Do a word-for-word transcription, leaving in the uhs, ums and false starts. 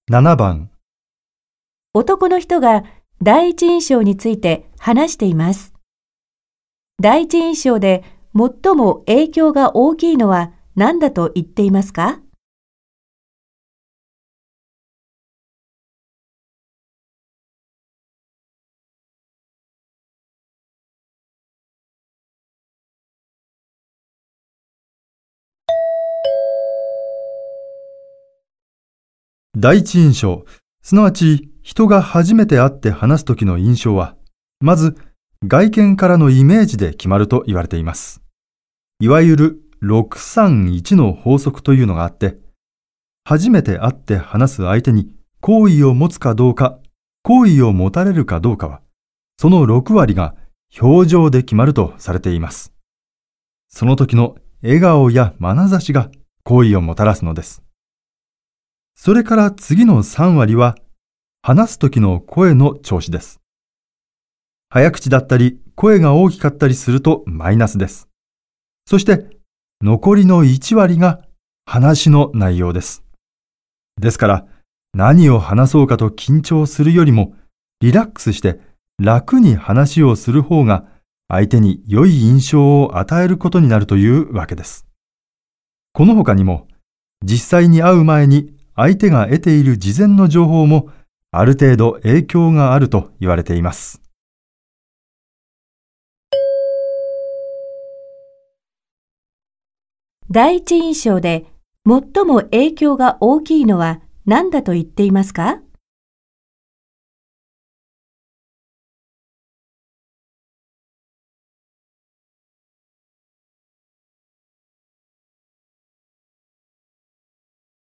ななばん、 男の人が第一印象について話しています。第一印象で最も影響が大きいのは何だと言っていますか？ 第一印象、すなわち人が初めて会って話すときの印象は、まず外見からのイメージで決まると言われています。いわゆるろくさんいちの法則というのがあって、初めて会って話す相手に好意を持つかどうか、好意を持たれるかどうかは、そのろくわりが表情で決まるとされています。その時の笑顔や眼差しが好意をもたらすのです。それから次のさんわりは、話す時の声の調子です。早口だったり、声が大きかったりするとマイナスです。そして、残りのいちわりが話の内容です。ですから、何を話そうかと緊張するよりも、リラックスして楽に話をする方が、相手に良い印象を与えることになるというわけです。この他にも、実際に会う前に相手が得ている事前の情報も、ある程度影響があると言われています。 第一印象で最も影響が大きいのは何だと言っていますか？